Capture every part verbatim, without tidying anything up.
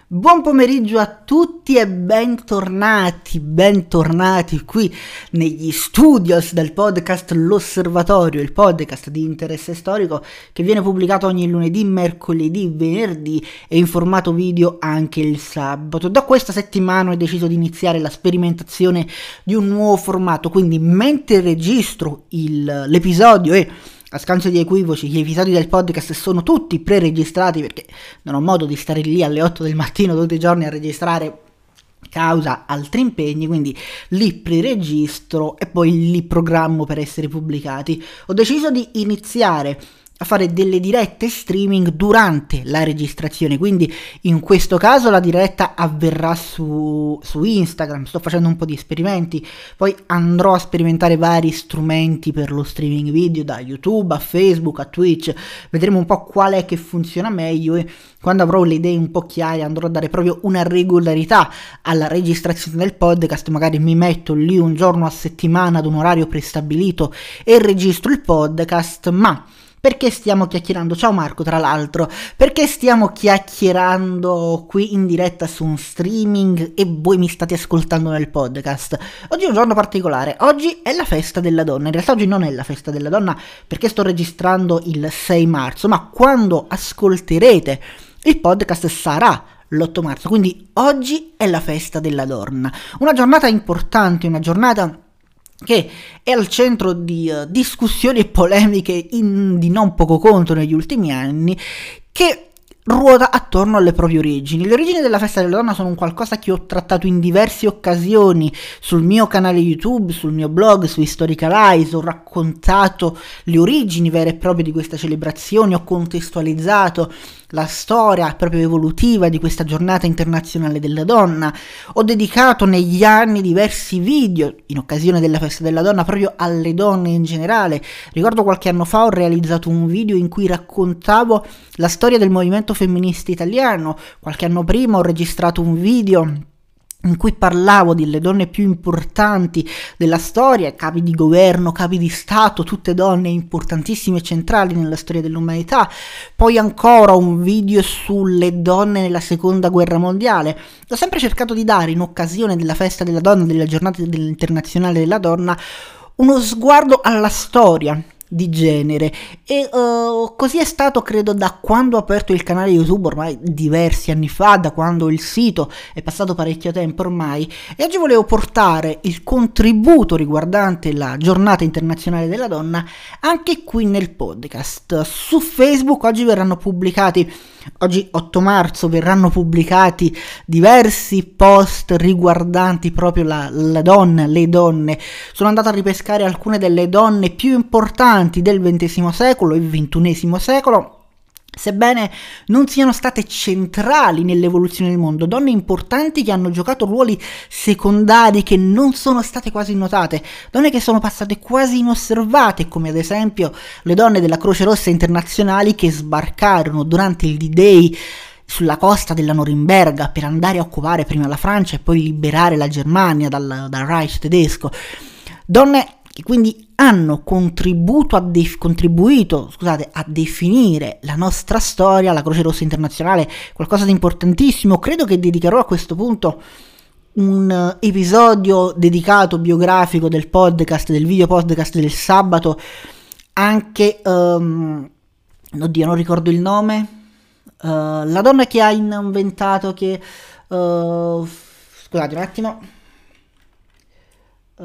Buon pomeriggio a tutti e bentornati, bentornati qui negli studios del podcast L'Osservatorio, il podcast di interesse storico che viene pubblicato ogni lunedì, mercoledì, venerdì e in formato video anche il sabato. Da questa settimana ho deciso di iniziare la sperimentazione di un nuovo formato, quindi mentre registro il, l'episodio e a scanso di equivoci, gli episodi del podcast sono tutti pre-registrati perché non ho modo di stare lì alle otto del mattino tutti i giorni a registrare causa altri impegni, quindi li pre-registro e poi li programmo per essere pubblicati. Ho deciso di iniziare a fare delle dirette streaming durante la registrazione, quindi in questo caso la diretta avverrà su, su Instagram. Sto facendo un po' di esperimenti, poi andrò a sperimentare vari strumenti per lo streaming video da YouTube a Facebook a Twitch, vedremo un po' qual è che funziona meglio e quando avrò le idee un po' chiare andrò a dare proprio una regolarità alla registrazione del podcast. Magari mi metto lì un giorno a settimana ad un orario prestabilito e registro il podcast. Ma perché stiamo chiacchierando? Ciao Marco, tra l'altro, perché stiamo chiacchierando qui in diretta su un streaming e voi mi state ascoltando nel podcast? Oggi è un giorno particolare, oggi è la festa della donna. In realtà oggi non è la festa della donna perché sto registrando il sei marzo, ma quando ascolterete il podcast sarà l'otto marzo, quindi oggi è la festa della donna. Una giornata importante, una giornata che è al centro di uh, discussioni e polemiche in, di non poco conto negli ultimi anni, che ruota attorno alle proprie origini. Le origini della festa della donna sono un qualcosa che ho trattato in diverse occasioni sul mio canale YouTube, sul mio blog, su Historical Eyes. Ho raccontato le origini vere e proprie di questa celebrazione, ho contestualizzato la storia proprio evolutiva di questa giornata internazionale della donna. Ho dedicato negli anni diversi video in occasione della festa della donna proprio alle donne in generale. Ricordo qualche anno fa ho realizzato un video in cui raccontavo la storia del movimento femminista italiano. Qualche anno prima ho registrato un video in cui parlavo delle donne più importanti della storia, capi di governo, capi di stato, tutte donne importantissime e centrali nella storia dell'umanità. Poi ancora un video sulle donne nella seconda guerra mondiale. Ho sempre cercato di dare, in occasione della festa della donna, della giornata internazionale della donna, uno sguardo alla storia di genere e uh, così è stato, credo, da quando ho aperto il canale YouTube, ormai diversi anni fa, da quando il sito è passato parecchio tempo ormai, e oggi volevo portare il contributo riguardante la giornata internazionale della donna anche qui nel podcast. Su Facebook oggi verranno pubblicati Oggi otto marzo verranno pubblicati diversi post riguardanti proprio la, la donna, le donne. Sono andato a ripescare alcune delle donne più importanti del ventesimo secolo e ventunesimo secolo, sebbene non siano state centrali nell'evoluzione del mondo. Donne importanti che hanno giocato ruoli secondari che non sono state quasi notate, donne che sono passate quasi inosservate, come ad esempio le donne della Croce Rossa Internazionali che sbarcarono durante il D-Day sulla costa della Norimberga per andare a occupare prima la Francia e poi liberare la Germania dal, dal Reich tedesco. Donne che quindi hanno contribuito a, def- contribuito, scusate, a definire la nostra storia. La Croce Rossa Internazionale, qualcosa di importantissimo. Credo che dedicherò a questo punto un uh, episodio dedicato biografico del podcast, del video podcast del sabato, anche, um, oddio non ricordo il nome, uh, la donna che ha inventato che, uh, scusate un attimo, uh,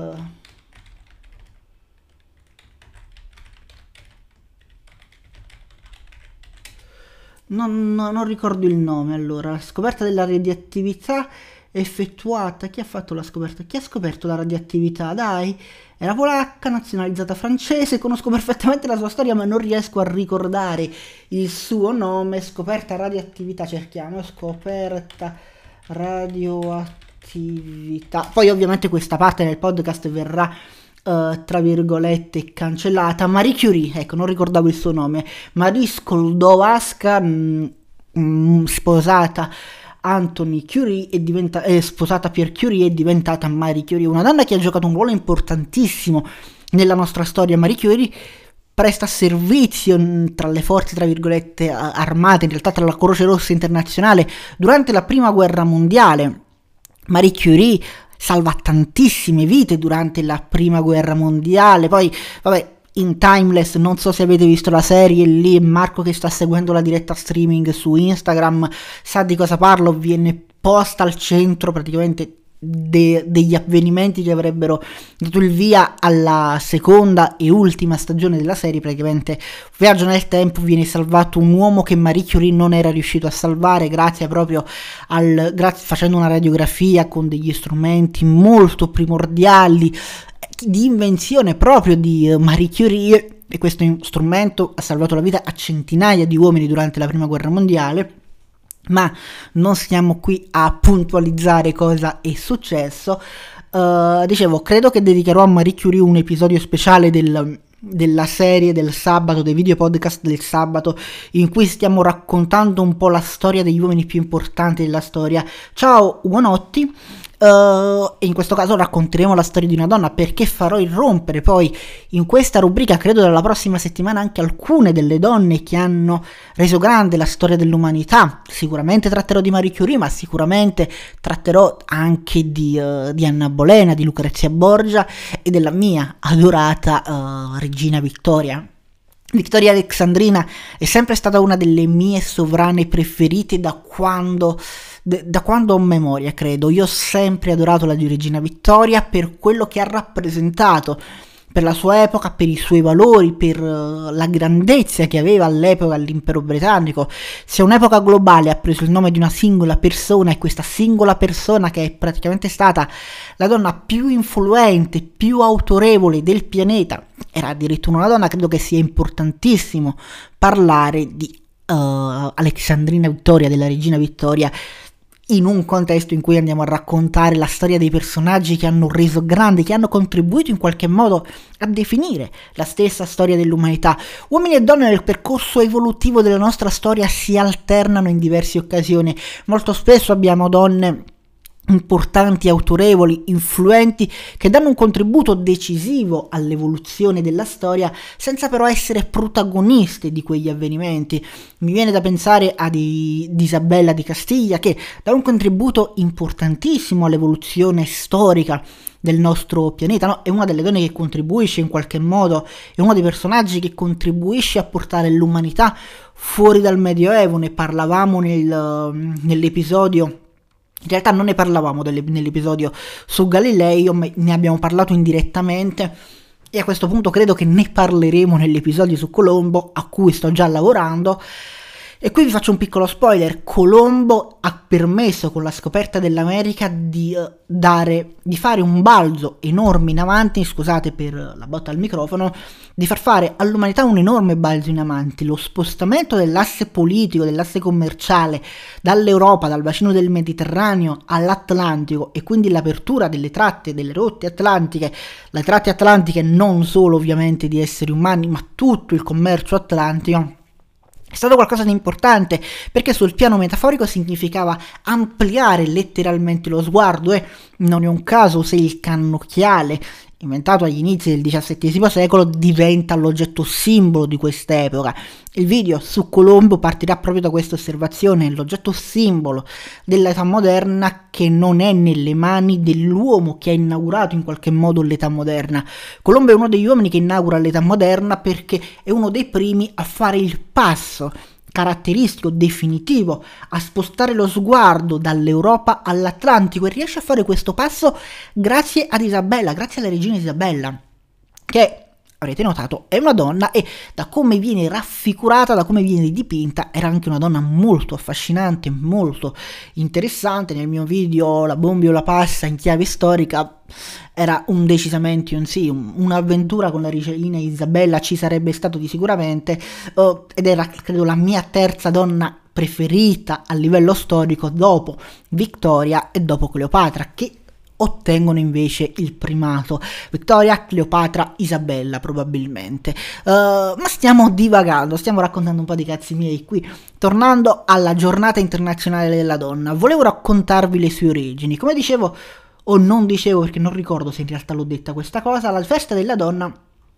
Non, no, non ricordo il nome. Allora, la scoperta della radioattività effettuata. Chi ha fatto la scoperta? Chi ha scoperto la radioattività? Dai, era polacca, nazionalizzata francese. Conosco perfettamente la sua storia, ma non riesco a ricordare il suo nome. Scoperta radioattività, cerchiamo. Scoperta radioattività. Poi, ovviamente, questa parte del podcast verrà Uh, tra virgolette cancellata. Marie Curie, ecco, non ricordavo il suo nome. Marie Sklodowska, mh, mh, sposata Anthony Curie, è diventa, è sposata Pierre Curie, è diventata Marie Curie, una donna che ha giocato un ruolo importantissimo nella nostra storia. Marie Curie presta servizio tra le forze, tra virgolette, armate, in realtà tra la Croce Rossa Internazionale, durante la Prima Guerra Mondiale. Marie Curie salva tantissime vite durante la Prima Guerra Mondiale. Poi, vabbè, in Timeless, non so se avete visto la serie, lì Marco che sta seguendo la diretta streaming su Instagram sa di cosa parlo, viene posta al centro praticamente De, degli avvenimenti che avrebbero dato il via alla seconda e ultima stagione della serie. Praticamente viaggio nel tempo, viene salvato un uomo che Marie Curie non era riuscito a salvare grazie proprio al grazie, facendo una radiografia con degli strumenti molto primordiali di invenzione proprio di Marie Curie, e questo strumento ha salvato la vita a centinaia di uomini durante la Prima Guerra Mondiale. Ma non stiamo qui a puntualizzare cosa è successo. Uh, dicevo, credo che dedicherò a Marie Curie un episodio speciale del, della serie del sabato, dei video podcast del sabato, in cui stiamo raccontando un po' la storia degli uomini più importanti della storia. Ciao Uonotti! Uh, e in questo caso racconteremo la storia di una donna, perché farò irrompere poi in questa rubrica, credo dalla prossima settimana, anche alcune delle donne che hanno reso grande la storia dell'umanità. Sicuramente tratterò di Marie Curie, ma sicuramente tratterò anche di, uh, di Anna Bolena, di Lucrezia Borgia e della mia adorata uh, regina Vittoria. Vittoria Alexandrina è sempre stata una delle mie sovrane preferite da quando, de, da quando ho memoria, credo. Io ho sempre adorato la regina Vittoria per quello che ha rappresentato, per la sua epoca, per i suoi valori, per uh, la grandezza che aveva all'epoca l'impero britannico. Se un'epoca globale ha preso il nome di una singola persona, e questa singola persona che è praticamente stata la donna più influente, più autorevole del pianeta, era addirittura una donna, credo che sia importantissimo parlare di uh, Alexandrina Vittoria, della regina Vittoria, in un contesto in cui andiamo a raccontare la storia dei personaggi che hanno reso grandi, che hanno contribuito in qualche modo a definire la stessa storia dell'umanità. Uomini e donne nel percorso evolutivo della nostra storia si alternano in diverse occasioni. Molto spesso abbiamo donne importanti, autorevoli, influenti, che danno un contributo decisivo all'evoluzione della storia senza però essere protagoniste di quegli avvenimenti. Mi viene da pensare ad Isabella di Castiglia, che dà un contributo importantissimo all'evoluzione storica del nostro pianeta, no? È una delle donne che contribuisce in qualche modo, è uno dei personaggi che contribuisce a portare l'umanità fuori dal Medioevo. Ne parlavamo nel, nell'episodio In realtà non ne parlavamo delle, nell'episodio su Galileo, ma ne abbiamo parlato indirettamente, e a questo punto credo che ne parleremo nell'episodio su Colombo, a cui sto già lavorando. E qui vi faccio un piccolo spoiler: Colombo ha permesso, con la scoperta dell'America, di uh, dare, di fare un balzo enorme in avanti, scusate per la botta al microfono, di far fare all'umanità un enorme balzo in avanti, lo spostamento dell'asse politico, dell'asse commerciale, dall'Europa, dal bacino del Mediterraneo all'Atlantico, e quindi l'apertura delle tratte, delle rotte atlantiche, le tratte atlantiche non solo ovviamente di esseri umani, ma tutto il commercio atlantico. È stato qualcosa di importante, perché sul piano metaforico significava ampliare letteralmente lo sguardo, e non è un caso se il cannocchiale, inventato agli inizi del diciassettesimo secolo, diventa l'oggetto simbolo di quest'epoca. Il video su Colombo partirà proprio da questa osservazione: l'oggetto simbolo dell'età moderna che non è nelle mani dell'uomo che ha inaugurato in qualche modo l'età moderna. Colombo è uno degli uomini che inaugura l'età moderna perché è uno dei primi a fare il passo caratteristico, definitivo, a spostare lo sguardo dall'Europa all'Atlantico, e riesce a fare questo passo grazie ad Isabella, grazie alla regina Isabella, che avrete notato è una donna, e da come viene raffigurata, da come viene dipinta, era anche una donna molto affascinante, molto interessante. Nel mio video La Bombi o la Passa in chiave storica era un decisamente un sì, un, un'avventura con la regina Isabella ci sarebbe stato di sicuramente, uh, ed era credo la mia terza donna preferita a livello storico, dopo Vittoria e dopo Cleopatra, che ottengono invece il primato. Vittoria, Cleopatra, Isabella probabilmente. Uh, ma stiamo divagando, stiamo raccontando un po' di cazzi miei qui. Tornando alla giornata internazionale della donna, volevo raccontarvi le sue origini. Come dicevo, o non dicevo perché non ricordo se in realtà l'ho detta questa cosa, la festa della donna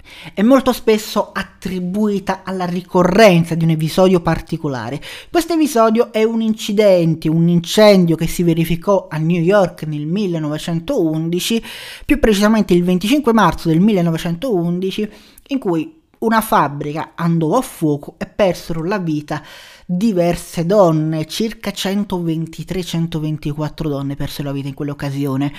è molto spesso attribuita alla ricorrenza di un episodio particolare. Questo episodio è un incidente, un incendio che si verificò a New York nel millenovecentoundici, più precisamente il venticinque marzo del millenovecentoundici, in cui una fabbrica andò a fuoco e persero la vita diverse donne, circa centoventitré centoventiquattro donne persero la vita in quell'occasione.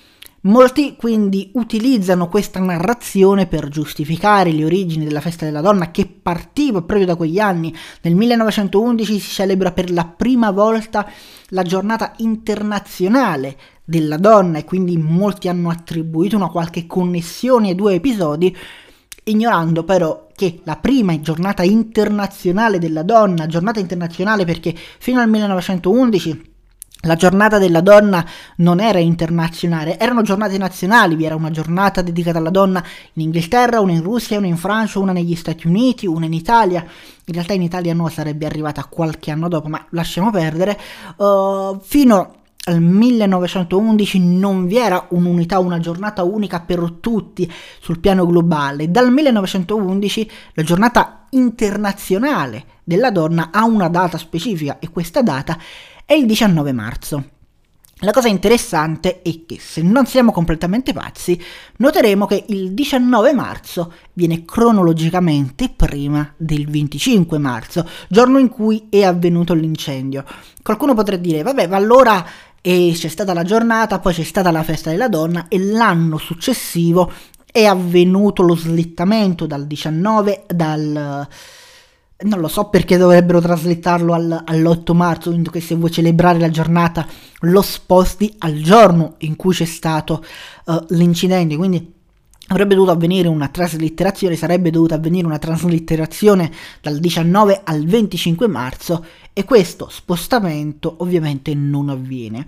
Molti quindi utilizzano questa narrazione per giustificare le origini della festa della donna, che partiva proprio da quegli anni. Nel millenovecentoundici si celebra per la prima volta la giornata internazionale della donna e quindi molti hanno attribuito una qualche connessione ai due episodi, ignorando però che la prima giornata internazionale della donna, giornata internazionale perché fino al millenovecentoundici la giornata della donna non era internazionale, erano giornate nazionali, vi era una giornata dedicata alla donna in Inghilterra, una in Russia, una in Francia, una negli Stati Uniti, una in Italia. In realtà in Italia no, sarebbe arrivata qualche anno dopo, ma lasciamo perdere. Uh, fino al millenovecentoundici non vi era un'unità, una giornata unica per tutti sul piano globale. Dal millenovecentoundici la giornata internazionale della donna ha una data specifica e questa data è il diciannove marzo. La cosa interessante è che se non siamo completamente pazzi, noteremo che il diciannove marzo viene cronologicamente prima del venticinque marzo, giorno in cui è avvenuto l'incendio. Qualcuno potrà dire, vabbè, ma allora eh, c'è stata la giornata, poi c'è stata la festa della donna e l'anno successivo è avvenuto lo slittamento dal diciannove, dal... non lo so perché dovrebbero traslittarlo al, all'otto marzo, quindi che se vuoi celebrare la giornata lo sposti al giorno in cui c'è stato uh, l'incidente, quindi avrebbe dovuto avvenire una traslitterazione, sarebbe dovuta avvenire una traslitterazione dal diciannove al venticinque marzo e questo spostamento ovviamente non avviene.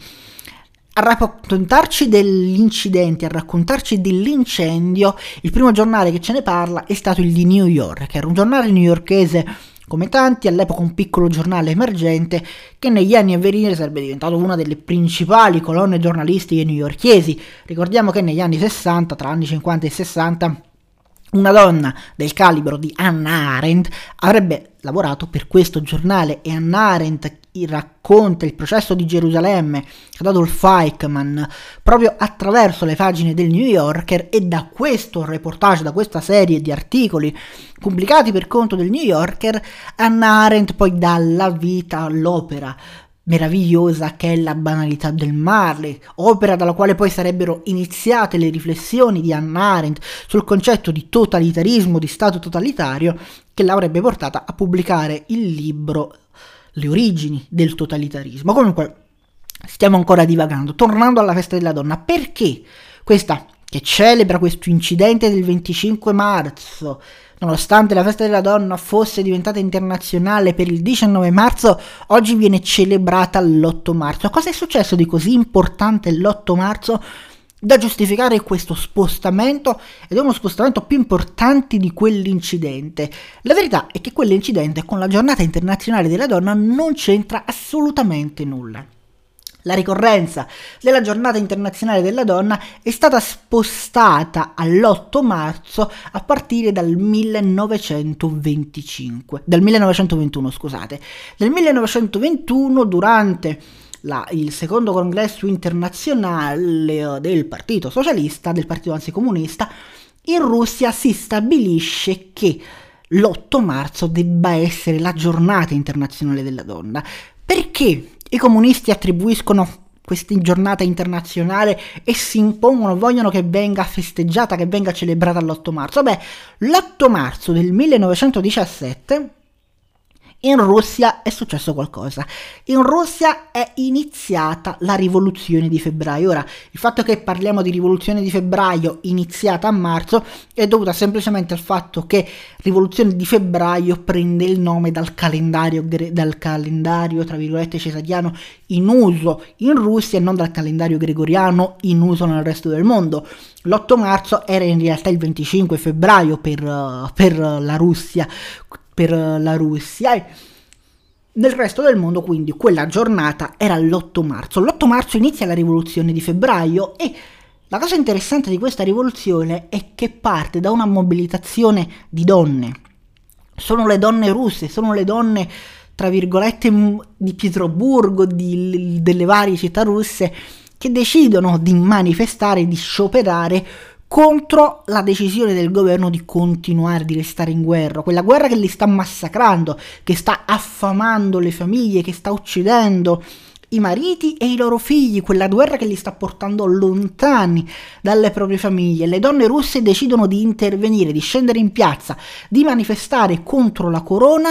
A raccontarci dell'incidente, a raccontarci dell'incendio, il primo giornale che ce ne parla è stato il The New Yorker, un giornale newyorkese come tanti, all'epoca un piccolo giornale emergente che negli anni a venire sarebbe diventato una delle principali colonne giornalistiche newyorkesi. Ricordiamo che negli anni sessanta, tra anni cinquanta e sessanta, una donna del calibro di Hannah Arendt avrebbe lavorato per questo giornale e Hannah Arendt racconta il processo di Gerusalemme ad Adolf Eichmann proprio attraverso le pagine del New Yorker, e da questo reportage, da questa serie di articoli pubblicati per conto del New Yorker, Hannah Arendt poi dà la vita all'opera meravigliosa che è La banalità del male, opera dalla quale poi sarebbero iniziate le riflessioni di Hannah Arendt sul concetto di totalitarismo, di stato totalitario, che l'avrebbe portata a pubblicare il libro Le origini del totalitarismo. Comunque stiamo ancora divagando, tornando alla festa della donna. Perché questa che celebra questo incidente del venticinque marzo, nonostante la festa della donna fosse diventata internazionale per il diciannove marzo, oggi viene celebrata l'otto marzo? Cosa è successo di così importante l'otto marzo da giustificare questo spostamento, ed è uno spostamento più importante di quell'incidente? La verità è che quell'incidente con la giornata internazionale della donna non c'entra assolutamente nulla. La ricorrenza della giornata internazionale della donna è stata spostata all'otto marzo a partire dal millenovecentoventicinque, dal millenovecentoventuno, scusate. Nel millenovecentoventuno, durante La, il secondo congresso internazionale del Partito Socialista, del Partito Anticomunista, in Russia si stabilisce che l'otto marzo debba essere la giornata internazionale della donna. Perché i comunisti attribuiscono questa giornata internazionale e si impongono, vogliono che venga festeggiata, che venga celebrata l'otto marzo? Beh, l'otto marzo del millenovecentodiciassette in Russia è successo qualcosa. In Russia è iniziata la rivoluzione di febbraio. Ora, il fatto che parliamo di rivoluzione di febbraio iniziata a marzo è dovuta semplicemente al fatto che rivoluzione di febbraio prende il nome dal calendario, dal calendario tra virgolette cesariano in uso in Russia e non dal calendario gregoriano in uso nel resto del mondo. L'otto marzo era in realtà il venticinque febbraio per, uh, per la Russia, per la Russia e nel resto del mondo quindi quella giornata era l'otto marzo. L'otto marzo inizia la rivoluzione di febbraio e La cosa interessante di questa rivoluzione è che parte da una mobilitazione di donne. Sono le donne russe, sono le donne, tra virgolette, di Pietroburgo, di, delle varie città russe, che decidono di manifestare, di scioperare contro la decisione del governo di continuare, di restare in guerra, quella guerra che li sta massacrando, che sta affamando le famiglie, che sta uccidendo i mariti e i loro figli, quella guerra che li sta portando lontani dalle proprie famiglie. Le donne russe decidono di intervenire, di scendere in piazza, di manifestare contro la corona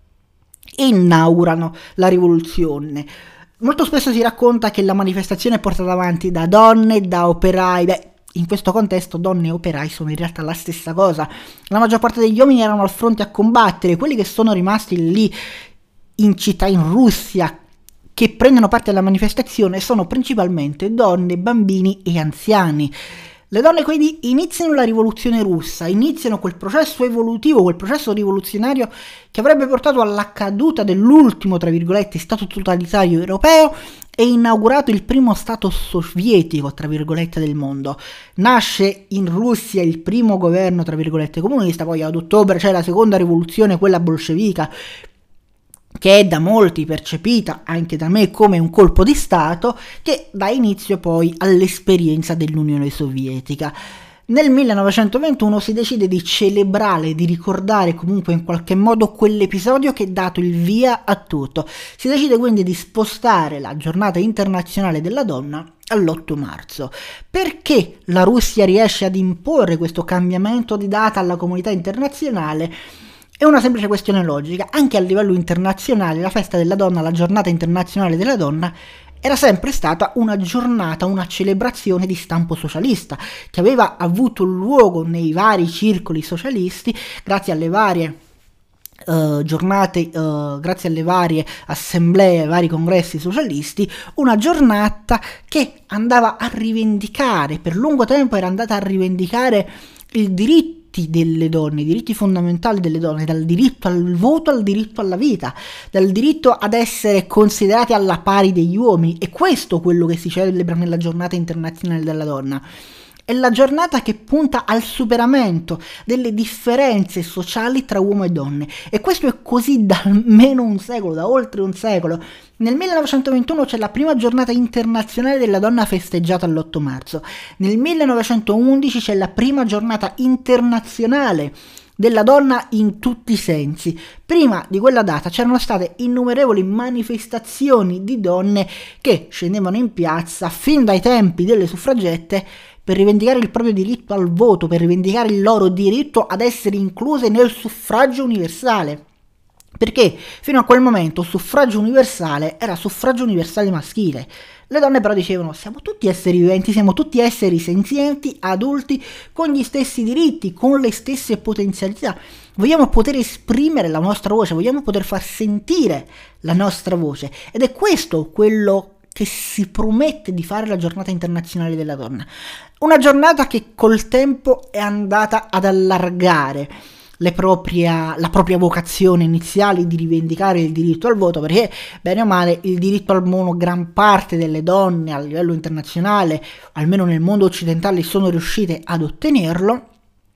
e inaugurano la rivoluzione. Molto spesso si racconta che la manifestazione è portata avanti da donne, da operai. Beh, in questo contesto donne e operai sono in realtà la stessa cosa. La maggior parte degli uomini erano al fronte a combattere, quelli che sono rimasti lì in città in Russia, che prendono parte alla manifestazione, sono principalmente donne, bambini e anziani. Le donne quindi iniziano la rivoluzione russa, iniziano quel processo evolutivo, quel processo rivoluzionario che avrebbe portato alla caduta dell'ultimo, tra virgolette, stato totalitario europeo e inaugurato il primo stato sovietico, tra virgolette, del mondo. Nasce in Russia il primo governo, tra virgolette, comunista, poi ad ottobre c'è la seconda rivoluzione, quella bolscevica, che è da molti percepita, anche da me, come un colpo di Stato, che dà inizio poi all'esperienza dell'Unione Sovietica. Nel millenovecentoventuno si decide di celebrare, di ricordare comunque in qualche modo quell'episodio che ha dato il via a tutto. Si decide quindi di spostare la giornata internazionale della donna all'otto marzo. Perché la Russia riesce ad imporre questo cambiamento di data alla comunità internazionale? È una semplice questione logica. Anche a livello internazionale la festa della donna, la giornata internazionale della donna, era sempre stata una giornata, una celebrazione di stampo socialista, che aveva avuto luogo nei vari circoli socialisti grazie alle varie uh, giornate, uh, grazie alle varie assemblee, ai vari congressi socialisti, una giornata che andava a rivendicare, per lungo tempo era andata a rivendicare il diritto delle donne, i diritti fondamentali delle donne, dal diritto al voto al diritto alla vita, dal diritto ad essere considerati alla pari degli uomini. E questo è quello che si celebra nella giornata internazionale della donna. È la giornata che punta al superamento delle differenze sociali tra uomo e donne, e questo è così da almeno un secolo, da oltre un secolo. Nel millenovecentoventuno c'è la prima giornata internazionale della donna festeggiata all'otto marzo, nel millenovecentoundici c'è la prima giornata internazionale della donna in tutti i sensi. Prima di quella data c'erano state innumerevoli manifestazioni di donne che scendevano in piazza fin dai tempi delle suffragette per rivendicare il proprio diritto al voto, per rivendicare il loro diritto ad essere incluse nel suffragio universale. Perché fino a quel momento suffragio universale era suffragio universale maschile. Le donne però dicevano: siamo tutti esseri viventi, siamo tutti esseri senzienti, adulti, con gli stessi diritti, con le stesse potenzialità. Vogliamo poter esprimere la nostra voce, vogliamo poter far sentire la nostra voce. Ed è questo quello che si promette di fare la giornata internazionale della donna. Una giornata che col tempo è andata ad allargare le propria, la propria vocazione iniziale di rivendicare il diritto al voto, perché bene o male il diritto al voto gran parte delle donne a livello internazionale, almeno nel mondo occidentale, sono riuscite ad ottenerlo,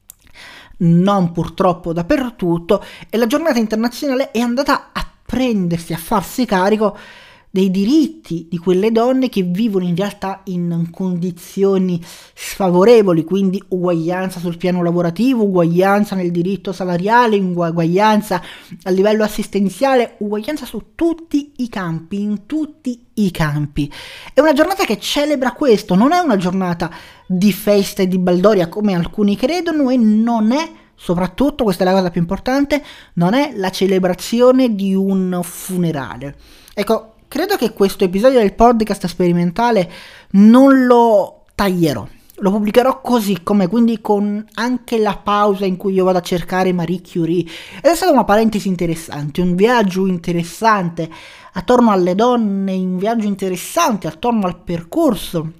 non purtroppo dappertutto, e la giornata internazionale è andata a prendersi, a farsi carico dei diritti di quelle donne che vivono in realtà in condizioni sfavorevoli, quindi uguaglianza sul piano lavorativo, uguaglianza nel diritto salariale, uguaglianza a livello assistenziale, uguaglianza su tutti i campi, in tutti i campi. È una giornata che celebra questo, non è una giornata di festa e di baldoria come alcuni credono, e non è, soprattutto, questa è la cosa più importante, non è la celebrazione di un funerale. Ecco, credo che questo episodio del podcast sperimentale non lo taglierò, lo pubblicherò così come, quindi con anche la pausa in cui io vado a cercare Marie Curie. Ed è stata una parentesi interessante, un viaggio interessante attorno alle donne, un viaggio interessante attorno al percorso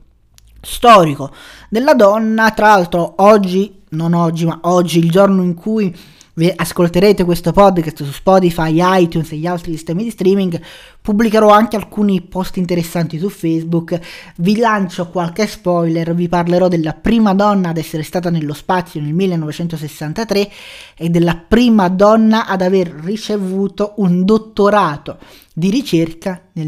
storico della donna. Tra l'altro oggi, non oggi, ma oggi, il giorno in cui vi ascolterete questo podcast su Spotify, iTunes e gli altri sistemi di streaming, pubblicherò anche alcuni post interessanti su Facebook, vi lancio qualche spoiler, vi parlerò della prima donna ad essere stata nello spazio nel millenovecentosessantatré e della prima donna ad aver ricevuto un dottorato di ricerca nel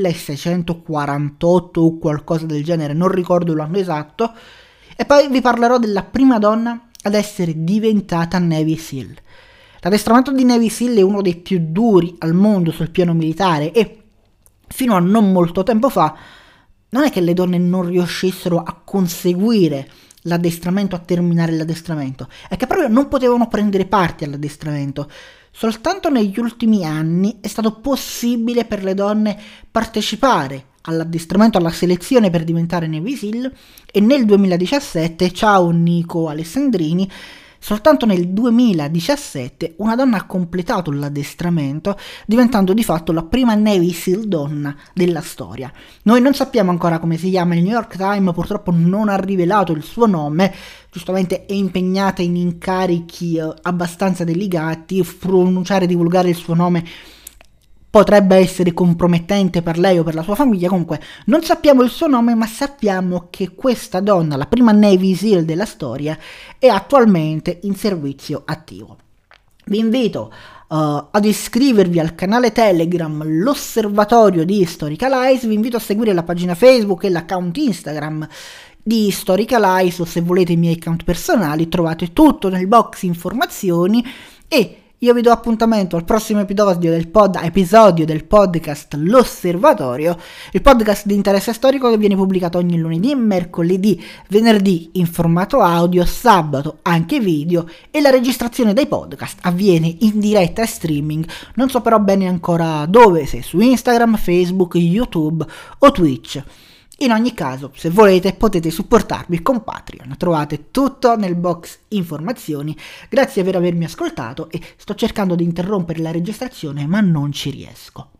milleseicentoquarantotto o qualcosa del genere, non ricordo l'anno esatto, e poi vi parlerò della prima donna ad essere diventata Navy SEAL. L'addestramento di Navy SEAL è uno dei più duri al mondo sul piano militare e fino a non molto tempo fa non è che le donne non riuscissero a conseguire l'addestramento, a terminare l'addestramento, è che proprio non potevano prendere parte all'addestramento. Soltanto negli ultimi anni è stato possibile per le donne partecipare all'addestramento, alla selezione per diventare Navy SEAL, e nel duemiladiciassette, ciao Nico Alessandrini, soltanto nel duemiladiciassette una donna ha completato l'addestramento, diventando di fatto la prima Navy SEAL donna della storia. Noi non sappiamo ancora come si chiama, il New York Times purtroppo non ha rivelato il suo nome, giustamente è impegnata in incarichi eh, abbastanza delicati, pronunciare e divulgare il suo nome potrebbe essere compromettente per lei o per la sua famiglia. Comunque non sappiamo il suo nome, ma sappiamo che questa donna, la prima Navy SEAL della storia, è attualmente in servizio attivo. Vi invito uh, ad iscrivervi al canale Telegram, l'osservatorio di Historical Eyes, vi invito a seguire la pagina Facebook e l'account Instagram di Historical Eyes, o se volete i miei account personali trovate tutto nel box informazioni, e io vi do appuntamento al prossimo episodio del, pod, episodio del podcast L'Osservatorio, il podcast di interesse storico che viene pubblicato ogni lunedì, mercoledì, venerdì in formato audio, sabato anche video, e la registrazione dei podcast avviene in diretta e streaming, non so però bene ancora dove, se su Instagram, Facebook, YouTube o Twitch. In ogni caso, se volete, potete supportarmi con Patreon, trovate tutto nel box informazioni. Grazie per avermi ascoltato e sto cercando di interrompere la registrazione, ma non ci riesco.